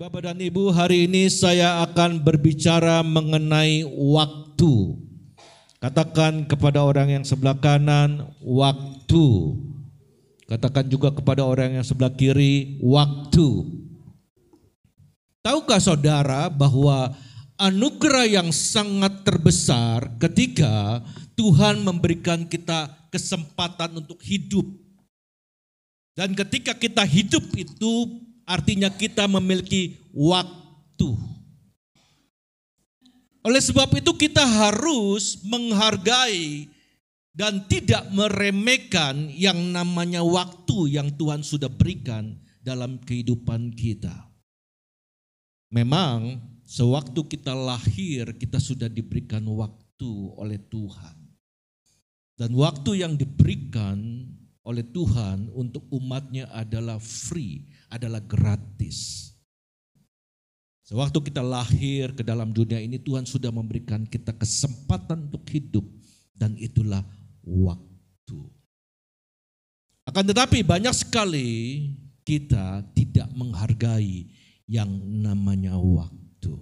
Bapak dan Ibu, hari ini saya akan berbicara mengenai waktu. Katakan kepada orang yang sebelah kanan, waktu. Katakan juga kepada orang yang sebelah kiri, waktu. Tahukah saudara bahwa anugerah yang sangat terbesar ketika Tuhan memberikan kita kesempatan untuk hidup. Dan ketika kita hidup itu artinya kita memiliki waktu. Oleh sebab itu kita harus menghargai dan tidak meremehkan yang namanya waktu yang Tuhan sudah berikan dalam kehidupan kita. Memang sewaktu kita lahir kita sudah diberikan waktu oleh Tuhan. Dan waktu yang diberikan oleh Tuhan untuk umatnya adalah free, adalah gratis. Sewaktu kita lahir ke dalam dunia ini Tuhan sudah memberikan kita kesempatan untuk hidup dan itulah waktu. Akan tetapi banyak sekali kita tidak menghargai yang namanya waktu.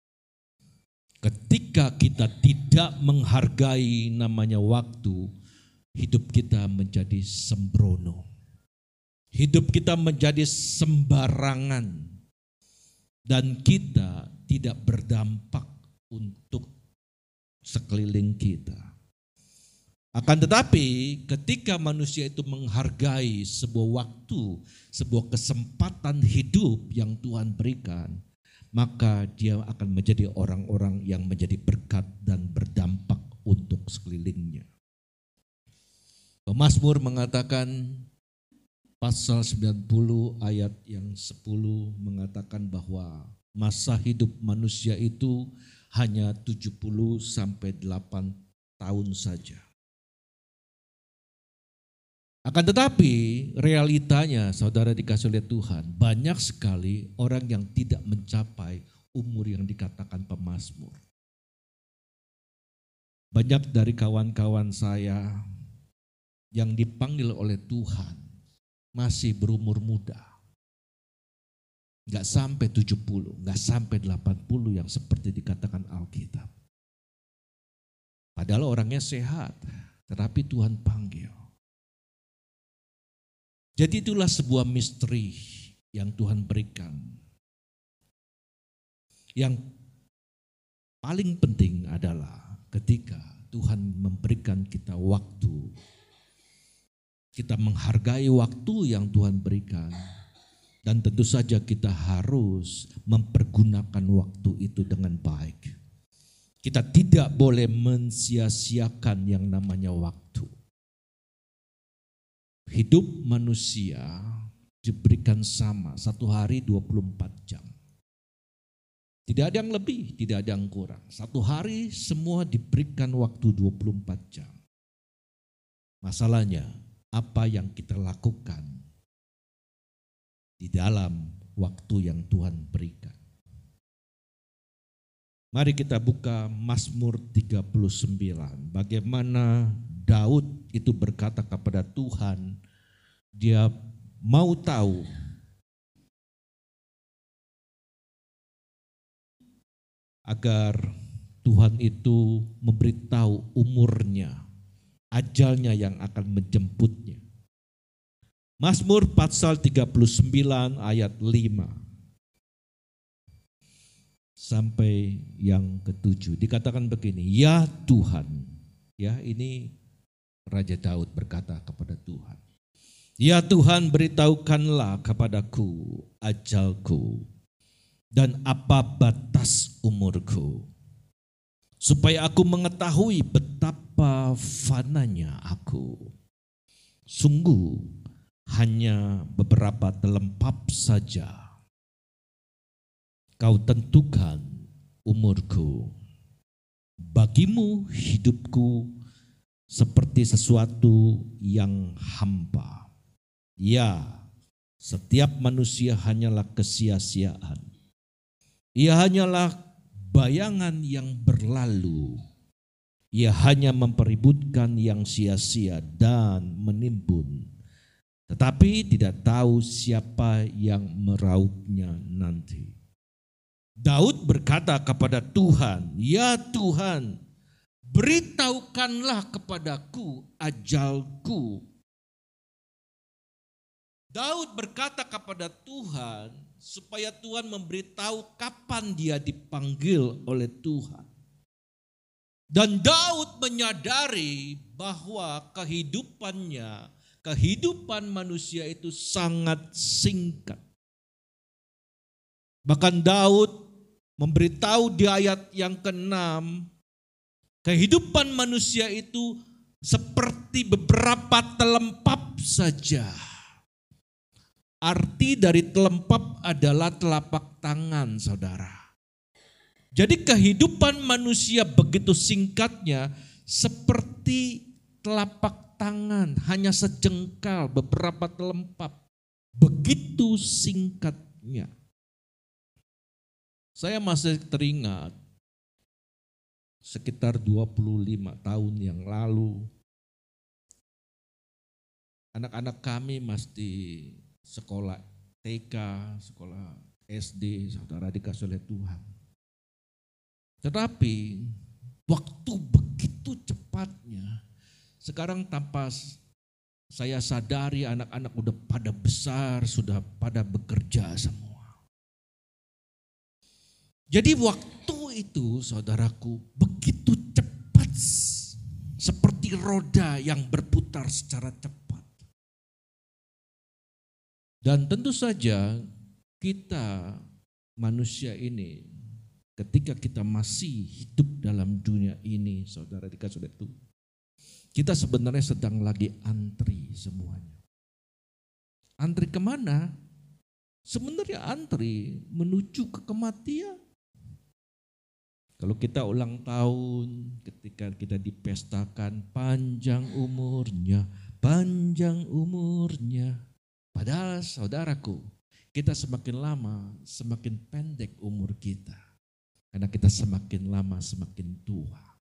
Ketika kita tidak menghargai namanya waktu, hidup kita menjadi sembrono. Hidup kita menjadi sembarangan. Dan kita tidak berdampak untuk sekeliling kita. Akan tetapi ketika manusia itu menghargai sebuah waktu, sebuah kesempatan hidup yang Tuhan berikan, maka dia akan menjadi orang-orang yang menjadi berkat dan berdampak untuk sekelilingnya. Pemazmur mengatakan pasal 90 ayat yang 10 mengatakan bahwa masa hidup manusia itu hanya 70 sampai 8 tahun saja. Akan tetapi realitanya saudara dikasih oleh Tuhan, banyak sekali orang yang tidak mencapai umur yang dikatakan pemazmur. Banyak dari kawan-kawan saya yang dipanggil oleh Tuhan masih berumur muda. Enggak sampai 70, enggak sampai 80 yang seperti dikatakan Alkitab. Padahal orangnya sehat, tetapi Tuhan panggil. Jadi itulah sebuah misteri yang Tuhan berikan. Yang paling penting adalah ketika Tuhan memberikan kita waktu, kita menghargai waktu yang Tuhan berikan. Dan tentu saja kita harus mempergunakan waktu itu dengan baik. Kita tidak boleh mensia-siakan yang namanya waktu. Hidup manusia diberikan sama, satu hari 24 jam. Tidak ada yang lebih, tidak ada yang kurang. Satu hari semua diberikan waktu 24 jam. Masalahnya, apa yang kita lakukan di dalam waktu yang Tuhan berikan. Mari kita buka Mazmur 39. Bagaimana Daud itu berkata kepada Tuhan, dia mau tahu agar Tuhan itu memberitahu umurnya, ajalnya yang akan menjemputnya. Mazmur pasal 39 ayat 5 sampai yang ke-7 dikatakan begini, ya Tuhan, ya ini Raja Daud berkata kepada Tuhan, ya Tuhan beritahukanlah kepadaku ajalku dan apa batas umurku, supaya aku mengetahui betapa fananya aku. Sungguh hanya beberapa telempap saja. Kau tentukan umurku. Bagimu hidupku seperti sesuatu yang hampa. Ya, setiap manusia hanyalah kesia-siaan. Ia hanyalah bayangan yang berlalu. Ia hanya mempeributkan yang sia-sia dan menimbun, tetapi tidak tahu siapa yang merauhnya nanti. Daud berkata kepada Tuhan, "Ya Tuhan, beritahukanlah kepadaku ajalku." Daud berkata kepada Tuhan supaya Tuhan memberitahu kapan dia dipanggil oleh Tuhan. Dan Daud menyadari bahwa kehidupan manusia itu sangat singkat. Bahkan Daud memberitahu di ayat yang ke-6, kehidupan manusia itu seperti beberapa telempap saja. Arti dari telempap adalah telapak tangan, saudara. Jadi kehidupan manusia begitu singkatnya seperti telapak tangan, hanya sejengkal, beberapa telempap. Begitu singkatnya. Saya masih teringat sekitar 25 tahun yang lalu, anak-anak kami masih sekolah TK, sekolah SD, saudara dikasih oleh Tuhan. Tetapi waktu begitu cepatnya, sekarang tanpa saya sadari anak-anak udah pada besar, sudah pada bekerja semua. Jadi waktu itu saudaraku begitu cepat, seperti roda yang berputar secara cepat. Dan tentu saja kita manusia ini ketika kita masih hidup dalam dunia ini, saudara dikasih oleh Tuhan, kita sebenarnya sedang lagi antri semuanya. Antri kemana? Sebenarnya antri menuju ke kematian. Kalau kita ulang tahun, ketika kita dipestakan panjang umurnya, padahal saudaraku, kita semakin lama semakin pendek umur kita. Karena kita semakin lama semakin tua.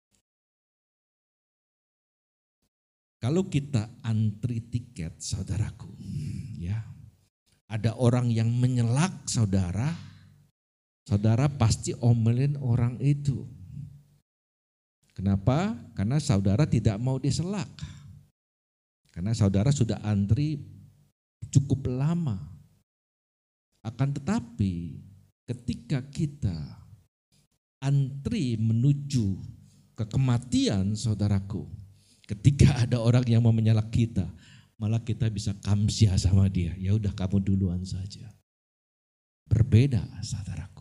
Kalau kita antri tiket, saudaraku, ya, ada orang yang menyelak saudara, saudara pasti omelin orang itu. Kenapa? Karena saudara tidak mau diselak. Karena saudara sudah antri cukup lama. Akan tetapi ketika kita antri menuju ke kematian, saudaraku, ketika ada orang yang mau menyalak kita, malah kita bisa kamsia sama dia. Ya udah kamu duluan saja. Berbeda, saudaraku.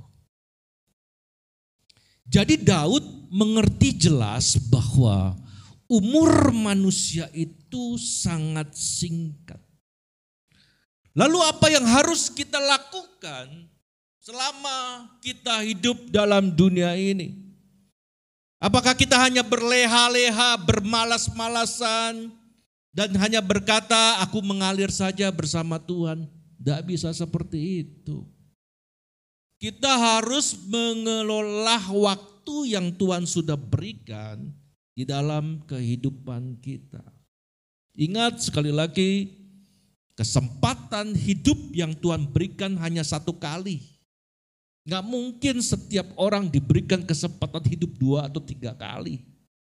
Jadi Daud mengerti jelas bahwa umur manusia itu sangat singkat. Lalu apa yang harus kita lakukan selama kita hidup dalam dunia ini? Apakah kita hanya berleha-leha, bermalas-malasan, dan hanya berkata, aku mengalir saja bersama Tuhan? Tidak bisa seperti itu. Kita harus mengelola waktu yang Tuhan sudah berikan di dalam kehidupan kita. Ingat sekali lagi, kesempatan hidup yang Tuhan berikan hanya satu kali. Nggak mungkin setiap orang diberikan kesempatan hidup 2 atau 3 kali.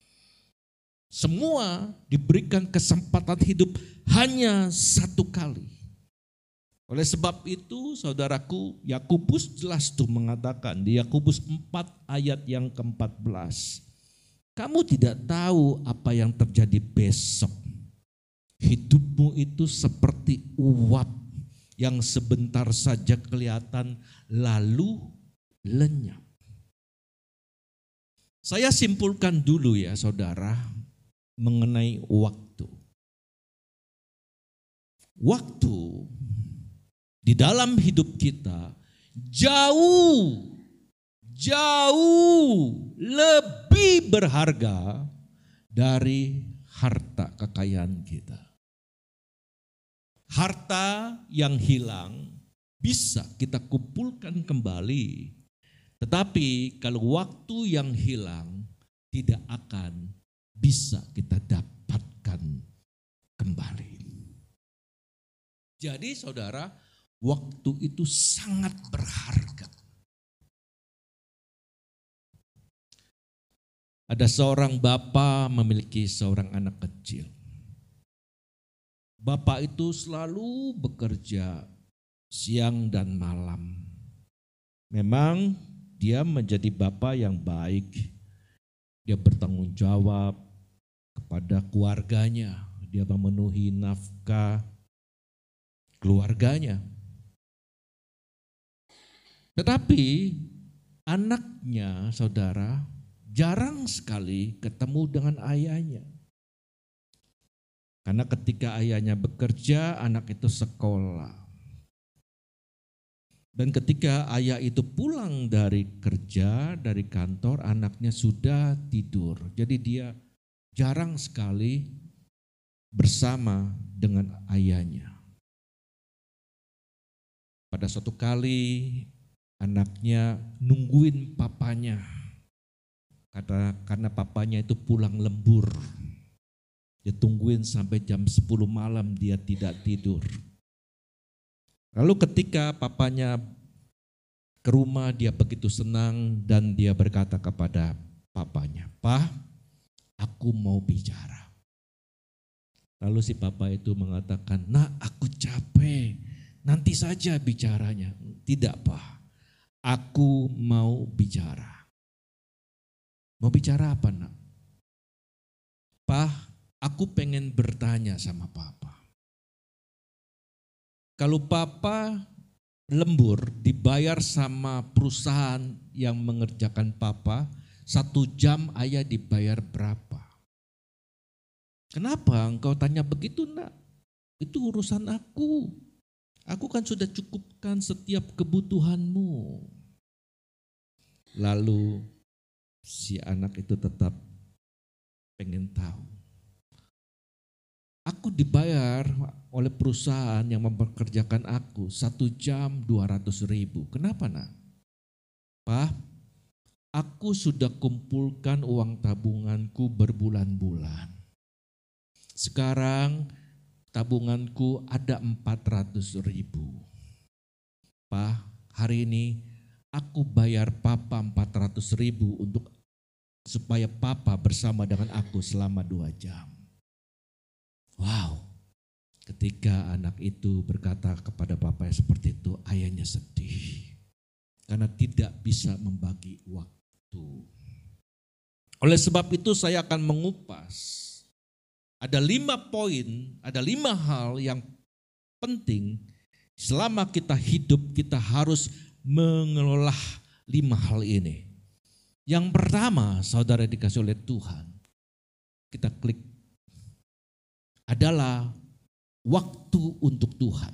Semua diberikan kesempatan hidup hanya satu kali. Oleh sebab itu, saudaraku, Yakobus jelas tuh mengatakan di Yakobus 4 ayat yang ke-14. Kamu tidak tahu apa yang terjadi besok. Hidupmu itu seperti uap yang sebentar saja kelihatan lalu lenyap. Saya simpulkan dulu ya saudara mengenai waktu. Waktu di dalam hidup kita jauh lebih berharga dari harta kekayaan kita. Harta yang hilang bisa kita kumpulkan kembali, tetapi kalau waktu yang hilang tidak akan bisa kita dapatkan kembali. Jadi saudara, waktu itu sangat berharga. Ada seorang bapa memiliki seorang anak kecil. Bapak itu selalu bekerja siang dan malam. Memang dia menjadi bapa yang baik. Dia bertanggung jawab kepada keluarganya. Dia memenuhi nafkah keluarganya. Tetapi anaknya, saudara, jarang sekali ketemu dengan ayahnya. Karena ketika ayahnya bekerja, anak itu sekolah. Dan ketika ayah itu pulang dari kerja, dari kantor, anaknya sudah tidur. Jadi dia jarang sekali bersama dengan ayahnya. Pada suatu kali anaknya nungguin papanya. Karena papanya itu pulang lembur. Dia tungguin sampai jam 10 malam dia tidak tidur. Lalu ketika papanya ke rumah dia begitu senang dan dia berkata kepada papanya, "Pak, aku mau bicara." Lalu si papa itu mengatakan, "Nak, aku capek, nanti saja bicaranya." "Tidak, Pak, aku mau bicara." "Mau bicara apa, Nak?" "Pak, aku pengen bertanya sama Papa. Kalau Papa lembur dibayar sama perusahaan yang mengerjakan Papa, 1 jam ayah dibayar berapa?" "Kenapa engkau tanya begitu, Nak? Itu urusan aku. Aku kan sudah cukupkan setiap kebutuhanmu." Lalu si anak itu tetap pengen tahu. "Aku dibayar oleh perusahaan yang mempekerjakan aku 1 jam 200.000. Kenapa, Nak?" "Pak, aku sudah kumpulkan uang tabunganku berbulan-bulan. Sekarang tabunganku ada 400.000. Pak, hari ini aku bayar Papa 400.000 supaya Papa bersama dengan aku selama 2 jam. Wow, ketika anak itu berkata kepada bapaknya seperti itu, ayahnya sedih. Karena tidak bisa membagi waktu. Oleh sebab itu saya akan mengupas. Ada 5 poin, ada 5 hal yang penting selama kita hidup kita harus mengelola 5 hal ini. Yang pertama, saudara dikasih oleh Tuhan, kita klik, adalah waktu untuk Tuhan.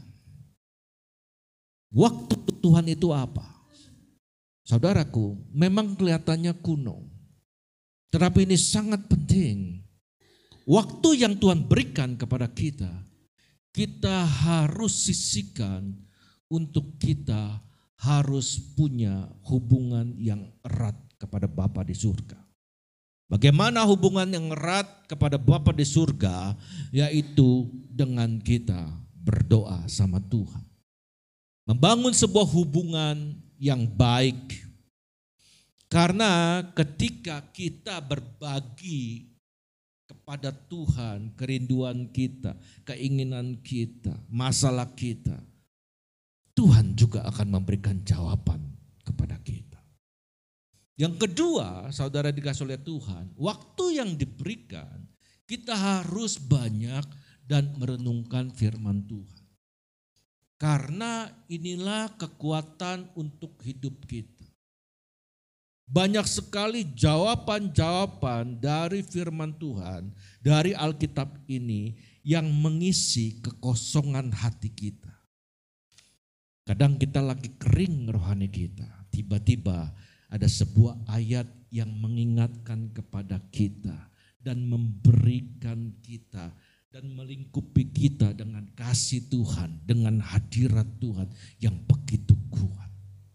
Waktu untuk Tuhan itu apa? Saudaraku, memang kelihatannya kuno, tetapi ini sangat penting. Waktu yang Tuhan berikan kepada kita, kita harus sisihkan untuk kita harus punya hubungan yang erat kepada Bapa di surga. Bagaimana hubungan yang erat kepada Bapa di surga? Yaitu dengan kita berdoa sama Tuhan. Membangun sebuah hubungan yang baik. Karena ketika kita berbagi kepada Tuhan kerinduan kita, keinginan kita, masalah kita, Tuhan juga akan memberikan jawaban kepada kita. Yang kedua, saudara dikasih oleh Tuhan, waktu yang diberikan kita harus banyak dan merenungkan firman Tuhan. Karena inilah kekuatan untuk hidup kita. Banyak sekali jawaban-jawaban dari firman Tuhan, dari Alkitab ini yang mengisi kekosongan hati kita. Kadang kita lagi kering rohani kita, tiba-tiba ada sebuah ayat yang mengingatkan kepada kita dan memberikan kita dan melingkupi kita dengan kasih Tuhan, dengan hadirat Tuhan yang begitu kuat.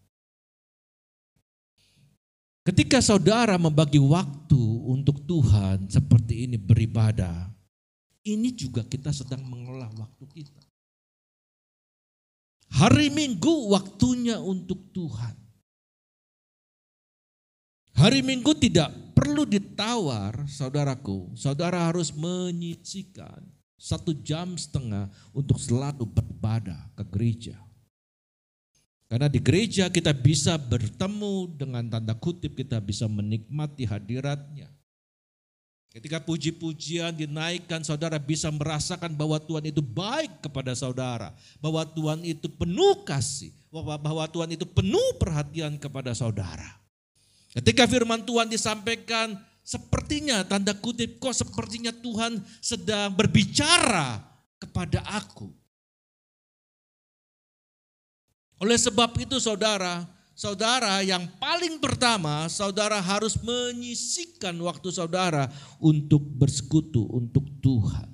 Ketika saudara membagi waktu untuk Tuhan seperti ini beribadah, ini juga kita sedang mengelola waktu kita. Hari Minggu waktunya untuk Tuhan. Hari Minggu tidak perlu ditawar, saudaraku, saudara harus menyisihkan 1,5 jam untuk selalu beribadah ke gereja. Karena di gereja kita bisa bertemu dengan tanda kutip, kita bisa menikmati hadiratnya. Ketika puji-pujian dinaikkan, saudara bisa merasakan bahwa Tuhan itu baik kepada saudara. Bahwa Tuhan itu penuh kasih, bahwa Tuhan itu penuh perhatian kepada saudara. Ketika firman Tuhan disampaikan, sepertinya tanda kutip, kok sepertinya Tuhan sedang berbicara kepada aku. Oleh sebab itu saudara yang paling pertama saudara harus menyisihkan waktu saudara untuk bersekutu untuk Tuhan.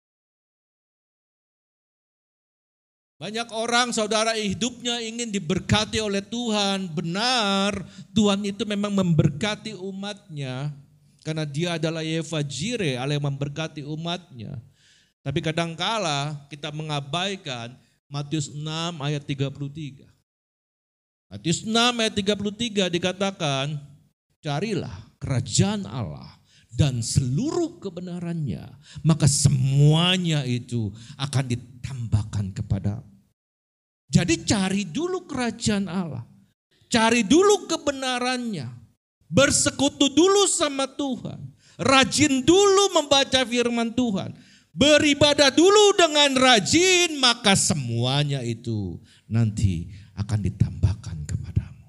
Banyak orang saudara hidupnya ingin diberkati oleh Tuhan. Benar, Tuhan itu memang memberkati umatnya. Karena dia adalah Yehova Jireh, Allah yang memberkati umatnya. Tapi kadangkala kita mengabaikan Matius 6 ayat 33. Matius 6 ayat 33 dikatakan, carilah kerajaan Allah dan seluruh kebenarannya, maka semuanya itu akan ditambahkan kepadamu. Jadi cari dulu kerajaan Allah, cari dulu kebenarannya, bersekutu dulu sama Tuhan, rajin dulu membaca firman Tuhan, beribadah dulu dengan rajin, maka semuanya itu nanti akan ditambahkan kepadamu.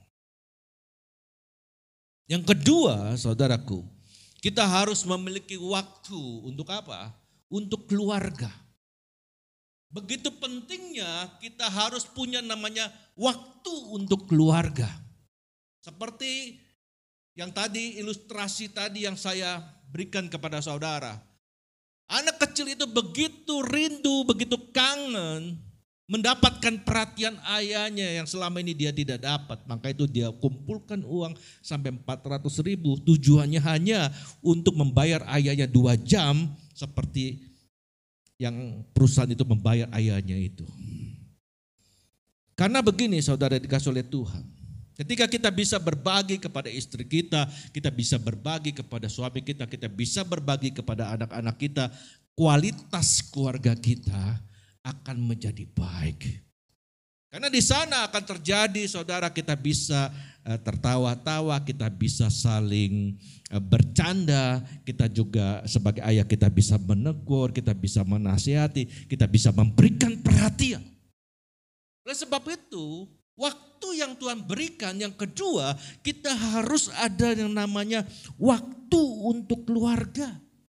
Yang kedua, saudaraku, kita harus memiliki waktu untuk apa? Untuk keluarga. Begitu pentingnya kita harus punya namanya waktu untuk keluarga. Seperti yang tadi, ilustrasi tadi yang saya berikan kepada saudara. Anak kecil itu begitu rindu, begitu kangen mendapatkan perhatian ayahnya yang selama ini dia tidak dapat. Maka itu dia kumpulkan uang sampai 400.000. Tujuannya hanya untuk membayar ayahnya 2 jam seperti yang perusahaan itu membayar ayahnya itu. Karena begini saudara dikasih oleh Tuhan. Ketika kita bisa berbagi kepada istri kita, kita bisa berbagi kepada suami kita, kita bisa berbagi kepada anak-anak kita, kualitas keluarga kita akan menjadi baik. Karena di sana akan terjadi saudara kita bisa tertawa-tawa, kita bisa saling bercanda, kita juga sebagai ayah kita bisa menegur, kita bisa menasihati, kita bisa memberikan perhatian. Oleh sebab itu, waktu yang Tuhan berikan yang kedua, kita harus ada yang namanya waktu untuk keluarga.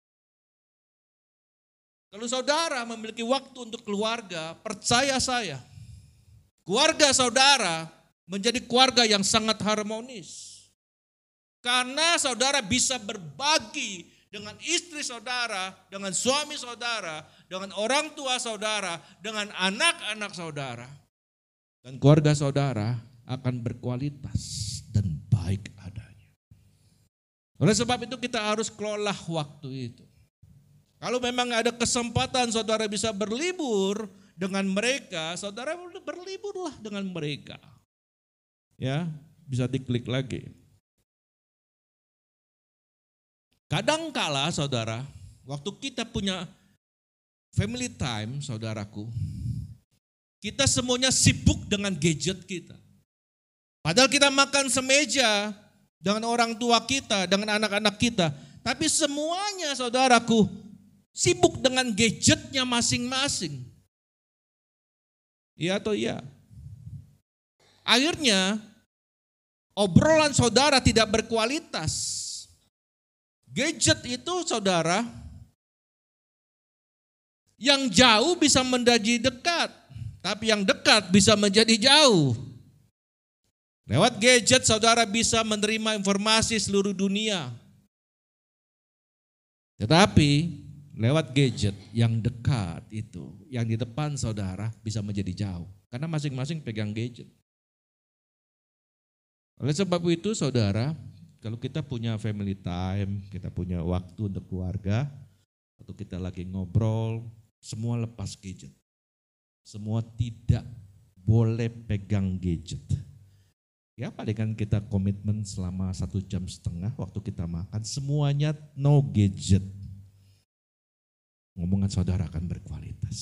Kalau saudara memiliki waktu untuk keluarga, percaya saya, keluarga saudara menjadi keluarga yang sangat harmonis. Karena saudara bisa berbagi dengan istri saudara, dengan suami saudara, dengan orang tua saudara, dengan anak-anak saudara. Dan keluarga saudara akan berkualitas dan baik adanya. Oleh sebab itu kita harus kelola waktu itu. Kalau memang ada kesempatan saudara bisa berlibur dengan mereka, saudara berliburlah dengan mereka. Ya, bisa diklik lagi. Kadangkala saudara, waktu kita punya family time, saudaraku, kita semuanya sibuk dengan gadget kita. Padahal kita makan semeja dengan orang tua kita, dengan anak-anak kita. Tapi semuanya saudaraku sibuk dengan gadgetnya masing-masing. Iya atau iya? Akhirnya obrolan saudara tidak berkualitas. Gadget itu saudara, yang jauh bisa menjadi dekat. Tapi yang dekat bisa menjadi jauh. Lewat gadget saudara bisa menerima informasi seluruh dunia. Tetapi lewat gadget yang dekat itu, yang di depan saudara bisa menjadi jauh. Karena masing-masing pegang gadget. Oleh sebab itu saudara, kalau kita punya family time, kita punya waktu untuk keluarga, atau kita lagi ngobrol, semua lepas gadget. Semua tidak boleh pegang gadget. Ya palingan kita komitmen selama 1,5 jam waktu kita makan, semuanya no gadget. Ngomongan saudara akan berkualitas.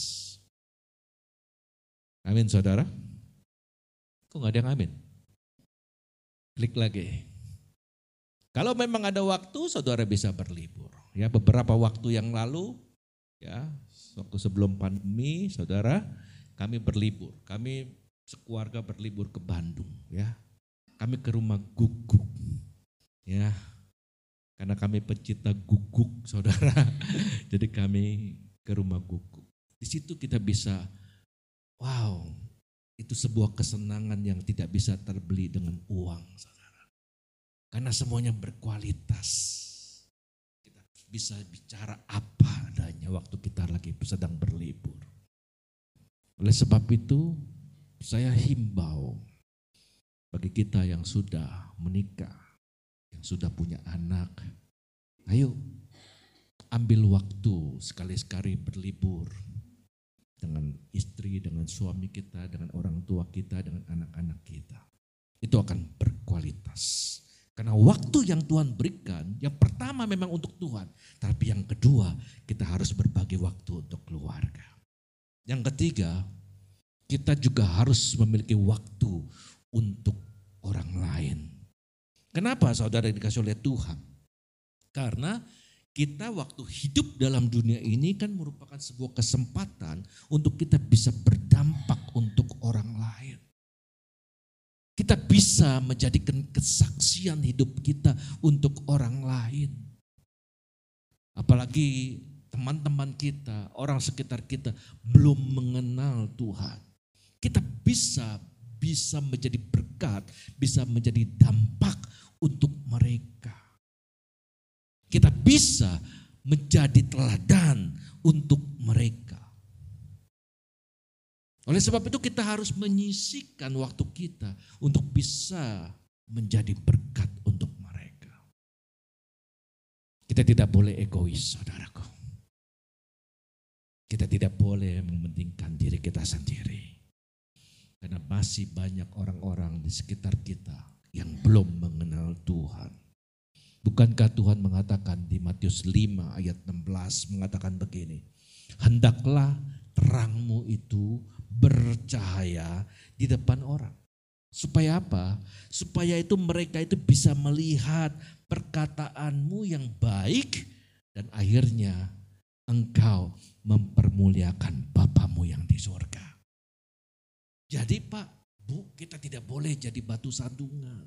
Amin saudara? Kok gak ada yang amin? Klik lagi. Kalau memang ada waktu, saudara bisa berlibur. Ya beberapa waktu yang lalu, ya waktu sebelum pandemi, saudara, kami berlibur. Kami sekeluarga berlibur ke Bandung, ya. Kami ke rumah guguk, ya, karena kami pecinta guguk, saudara. Jadi kami ke rumah guguk. Di situ kita bisa, wow, itu sebuah kesenangan yang tidak bisa terbeli dengan uang, saudara. Karena semuanya berkualitas. Kita bisa bicara apa adanya waktu kita lagi sedang berlibur. Oleh sebab itu, saya himbau bagi kita yang sudah menikah, yang sudah punya anak, ayo ambil waktu sekali-sekali berlibur dengan istri, dengan suami kita, dengan orang tua kita, dengan anak-anak kita. Itu akan berkualitas. Karena waktu yang Tuhan berikan, yang pertama memang untuk Tuhan, tapi yang kedua kita harus berbagi waktu untuk keluarga. Yang ketiga, kita juga harus memiliki waktu untuk orang lain. Kenapa saudara dikasih oleh Tuhan? Karena kita waktu hidup dalam dunia ini kan merupakan sebuah kesempatan untuk kita bisa berdampak untuk orang lain. Kita bisa menjadikan kesaksian hidup kita untuk orang lain. Apalagi teman-teman kita, orang sekitar kita belum mengenal Tuhan. Kita bisa menjadi berkat, bisa menjadi dampak untuk mereka. Kita bisa menjadi teladan untuk mereka. Oleh sebab itu kita harus menyisihkan waktu kita untuk bisa menjadi berkat untuk mereka. Kita tidak boleh egois, saudaraku. Kita tidak boleh mementingkan diri kita sendiri. Karena masih banyak orang-orang di sekitar kita yang belum mengenal Tuhan. Bukankah Tuhan mengatakan di Matius 5 ayat 16 mengatakan begini, hendaklah terangmu itu bercahaya di depan orang. Supaya apa? Supaya itu mereka itu bisa melihat perkataanmu yang baik dan akhirnya engkau mempermuliakan Bapamu yang di surga. Jadi Pak, Bu, kita tidak boleh jadi batu sandungan.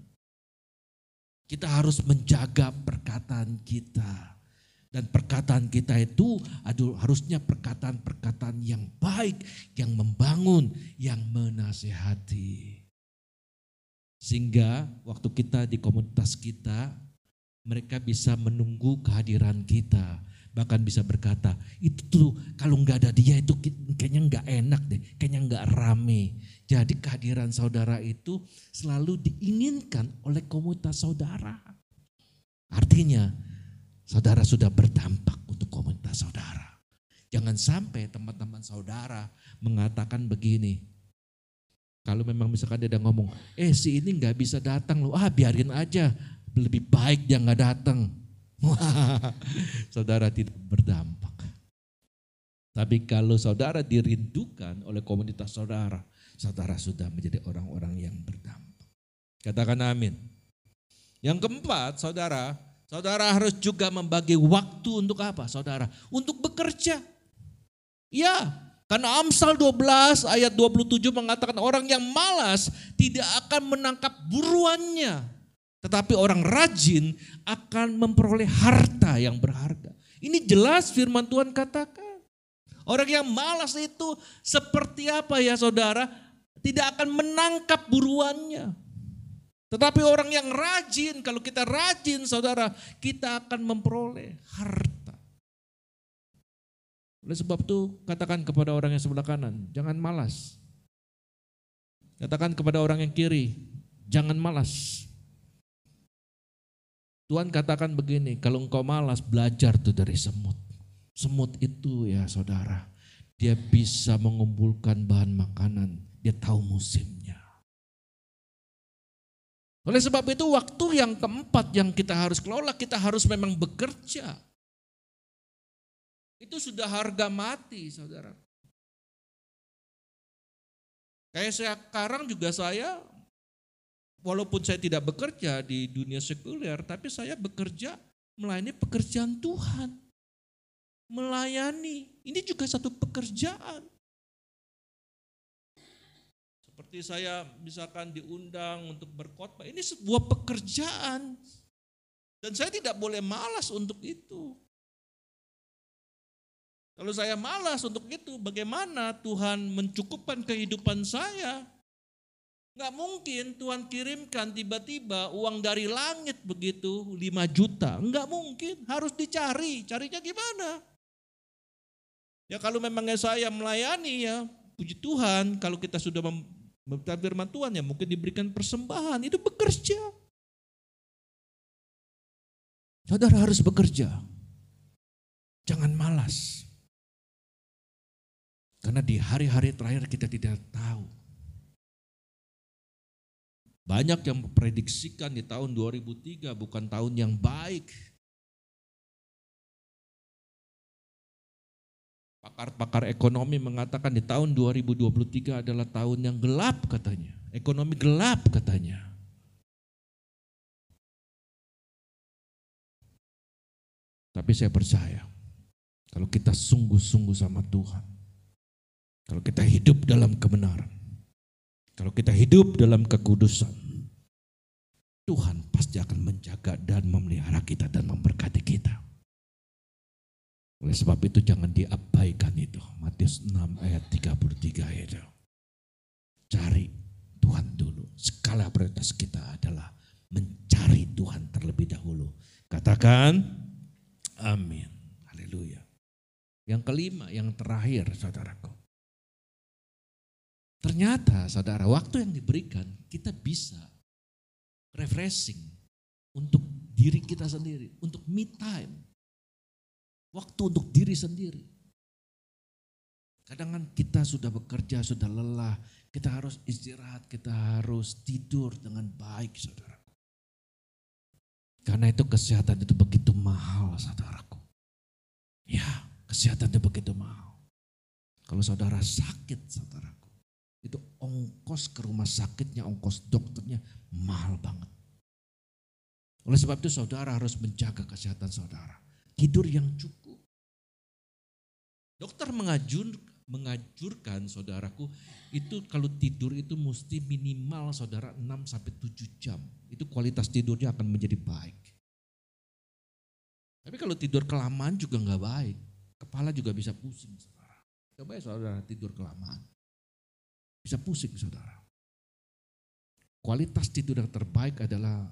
Kita harus menjaga perkataan kita. Dan perkataan kita itu harusnya perkataan-perkataan yang baik, yang membangun, yang menasehati. Sehingga waktu kita di komunitas kita, mereka bisa menunggu kehadiran kita. Bahkan bisa berkata, itu tuh kalau nggak ada dia itu kayaknya nggak enak deh, kayaknya nggak rame. Jadi kehadiran saudara itu selalu diinginkan oleh komunitas saudara. Artinya saudara sudah berdampak untuk komunitas saudara. Jangan sampai teman-teman saudara mengatakan begini. Kalau memang misalkan dia ngomong, si ini nggak bisa datang loh, biarin aja, lebih baik dia nggak datang. Saudara tidak berdampak. Tapi kalau saudara dirindukan oleh komunitas saudara, saudara sudah menjadi orang-orang yang berdampak. Katakan amin. Yang keempat, saudara harus juga membagi waktu untuk apa, saudara? Untuk bekerja. Ya, karena Amsal 12 ayat 27 mengatakan orang yang malas tidak akan menangkap buruannya. Tetapi orang rajin akan memperoleh harta yang berharga. Ini jelas firman Tuhan katakan. Orang yang malas itu seperti apa ya saudara? Tidak akan menangkap buruannya. Tetapi orang yang rajin, kalau kita rajin saudara, kita akan memperoleh harta. Oleh sebab itu katakan kepada orang yang sebelah kanan, jangan malas. Katakan kepada orang yang kiri, jangan malas. Tuhan katakan begini, kalau engkau malas belajar tuh dari semut. Semut itu ya saudara, dia bisa mengumpulkan bahan makanan, dia tahu musimnya. Oleh sebab itu waktu yang keempat yang kita harus kelola, kita harus memang bekerja. Itu sudah harga mati, saudara. Kayak sekarang juga saya, walaupun saya tidak bekerja di dunia sekuler, tapi saya bekerja melayani pekerjaan Tuhan. Melayani, ini juga satu pekerjaan. Seperti saya misalkan diundang untuk berkhotbah, ini sebuah pekerjaan. Dan saya tidak boleh malas untuk itu. Kalau saya malas untuk itu, bagaimana Tuhan mencukupkan kehidupan saya? Nggak mungkin Tuhan kirimkan tiba-tiba uang dari langit begitu 5 juta. Nggak mungkin, harus dicari. Carinya gimana? Ya kalau memangnya saya melayani ya, puji Tuhan kalau kita sudah meminta firman Tuhan ya mungkin diberikan persembahan, itu bekerja. Saudara harus bekerja. Jangan malas. Karena di hari-hari terakhir kita tidak tahu. Banyak yang memprediksikan di tahun 2003 bukan tahun yang baik. Pakar-pakar ekonomi mengatakan di tahun 2023 adalah tahun yang gelap katanya. Ekonomi gelap katanya. Tapi saya percaya kalau kita sungguh-sungguh sama Tuhan, kalau kita hidup dalam kebenaran, kalau kita hidup dalam kekudusan, Tuhan pasti akan menjaga dan memelihara kita dan memberkati kita. Oleh sebab itu jangan diabaikan itu. Matius 6 ayat 33 itu. Cari Tuhan dulu. Skala prioritas kita adalah mencari Tuhan terlebih dahulu. Katakan amin. Haleluya. Yang kelima, yang terakhir saudaraku. Ternyata saudara, waktu yang diberikan kita bisa refreshing untuk diri kita sendiri. Untuk me time. Waktu untuk diri sendiri. Kadang kan kita sudah bekerja, sudah lelah, kita harus istirahat, kita harus tidur dengan baik, saudaraku. Karena itu kesehatan itu begitu mahal, saudaraku. Ya, kesehatan itu begitu mahal. Kalau saudara sakit, saudaraku, itu ongkos ke rumah sakitnya, ongkos dokternya mahal banget. Oleh sebab itu saudara harus menjaga kesehatan saudara. Tidur yang cukup. Dokter mengajurkan saudaraku itu kalau tidur itu mesti minimal saudara 6-7 jam. Itu kualitas tidurnya akan menjadi baik. Tapi kalau tidur kelamaan juga enggak baik. Kepala juga bisa pusing saudara. Coba ya saudara tidur kelamaan. Bisa pusing saudara. Kualitas tidur yang terbaik adalah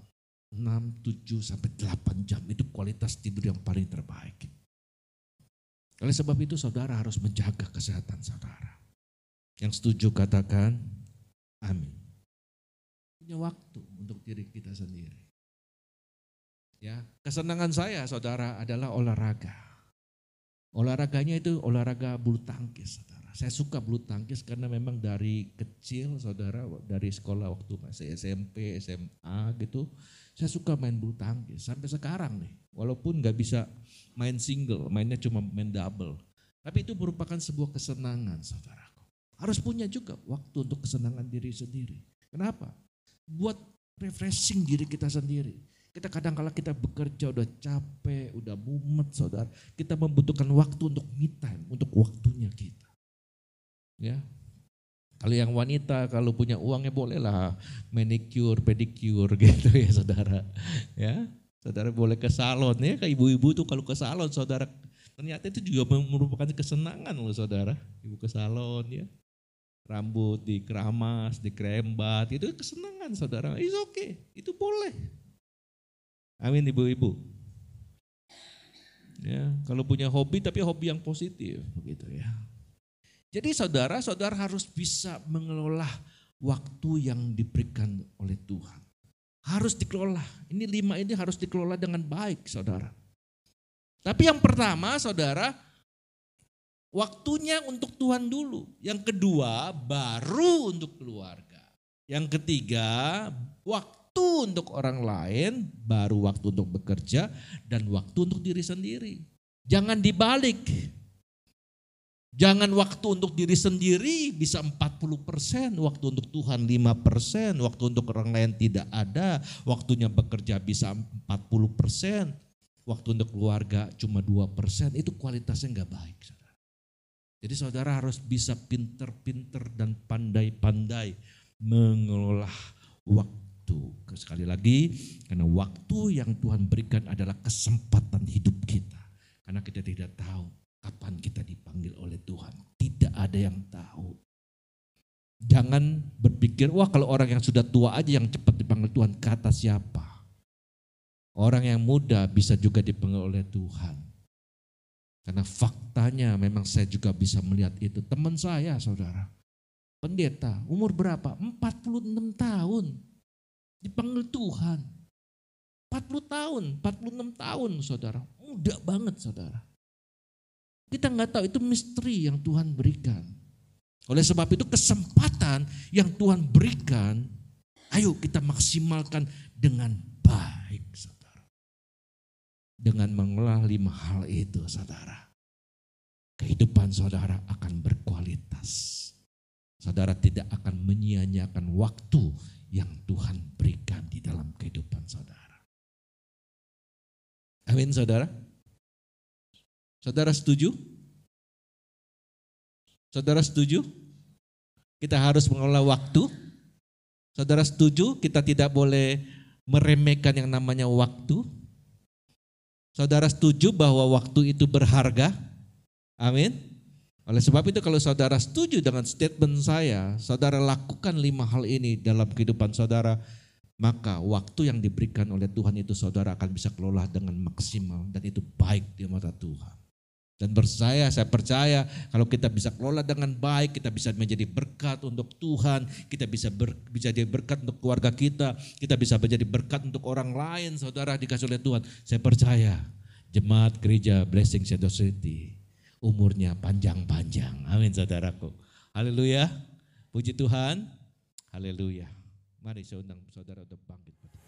6-7-8 jam. Itu kualitas tidur yang paling terbaik. Oleh sebab itu saudara harus menjaga kesehatan saudara. Yang setuju katakan amin. Punya waktu untuk diri kita sendiri. Ya, kesenangan saya saudara adalah olahraga. Olahraganya itu olahraga bulu tangkis saudara. Saya suka bulu tangkis karena memang dari kecil saudara, dari sekolah waktu masih SMP, SMA gitu, saya suka main bulu tangkis sampai sekarang nih. Walaupun gak bisa main single, mainnya cuma main double. Tapi itu merupakan sebuah kesenangan saudaraku. Harus punya juga waktu untuk kesenangan diri sendiri. Kenapa? Buat refreshing diri kita sendiri. Kita kadang-kala kita bekerja udah capek, udah mumet saudara. Kita membutuhkan waktu untuk me time, untuk waktunya kita. Ya. Kalau yang wanita kalau punya uangnya bolehlah manicure, pedicure gitu ya saudara. Ya. Saudara boleh ke salon ya, ke ibu-ibu tuh kalau ke salon saudara, ternyata itu juga merupakan kesenangan loh saudara. Ibu ke salon ya, rambut dikeramas, dikrembat, itu kesenangan saudara. It's okay, itu boleh. Amin ibu-ibu. Ya, kalau punya hobi tapi hobi yang positif begitu ya. Jadi saudara harus bisa mengelola waktu yang diberikan oleh Tuhan. Harus dikelola. Ini 5 ini harus dikelola dengan baik saudara. Tapi yang pertama saudara, waktunya untuk Tuhan dulu. Yang kedua baru untuk keluarga. Yang ketiga waktu waktu untuk orang lain, baru waktu untuk bekerja, dan waktu untuk diri sendiri. Jangan dibalik. Jangan waktu untuk diri sendiri bisa 40%, waktu untuk Tuhan 5%, waktu untuk orang lain tidak ada, waktunya bekerja bisa 40%, waktu untuk keluarga cuma 2%, itu kualitasnya enggak baik. Jadi saudara harus bisa pinter-pinter dan pandai-pandai mengelola waktu. Sekali lagi, karena waktu yang Tuhan berikan adalah kesempatan hidup kita. Karena kita tidak tahu kapan kita dipanggil oleh Tuhan. Tidak ada yang tahu. Jangan berpikir, wah kalau orang yang sudah tua aja yang cepat dipanggil Tuhan, kata siapa? Orang yang muda bisa juga dipanggil oleh Tuhan. Karena faktanya memang saya juga bisa melihat itu. Teman saya saudara, pendeta, umur berapa? 46 tahun. Dipanggil Tuhan. 40 tahun, 46 tahun saudara. Muda banget saudara. Kita nggak tahu, itu misteri yang Tuhan berikan. Oleh sebab itu kesempatan yang Tuhan berikan, ayo kita maksimalkan dengan baik saudara. Dengan mengolah 5 hal itu saudara, kehidupan saudara akan berkualitas. Saudara tidak akan menyia-nyiakan waktu yang Tuhan berikan di dalam kehidupan saudara. Amin saudara. Saudara setuju? Saudara setuju? Kita harus mengelola waktu. Saudara setuju kita tidak boleh meremehkan yang namanya waktu. Saudara setuju bahwa waktu itu berharga? Amin. Oleh sebab itu kalau saudara setuju dengan statement saya, saudara lakukan 5 hal ini dalam kehidupan saudara, maka waktu yang diberikan oleh Tuhan itu saudara akan bisa kelola dengan maksimal dan itu baik di mata Tuhan. Dan saya percaya kalau kita bisa kelola dengan baik, kita bisa menjadi berkat untuk Tuhan, kita bisa jadi berkat untuk keluarga kita bisa menjadi berkat untuk orang lain, saudara dikasih oleh Tuhan. Saya percaya jemaat gereja Blessing Shadow City umurnya panjang-panjang. Amin saudaraku. Haleluya. Puji Tuhan. Haleluya. Mari saya undang saudara untuk bangkit.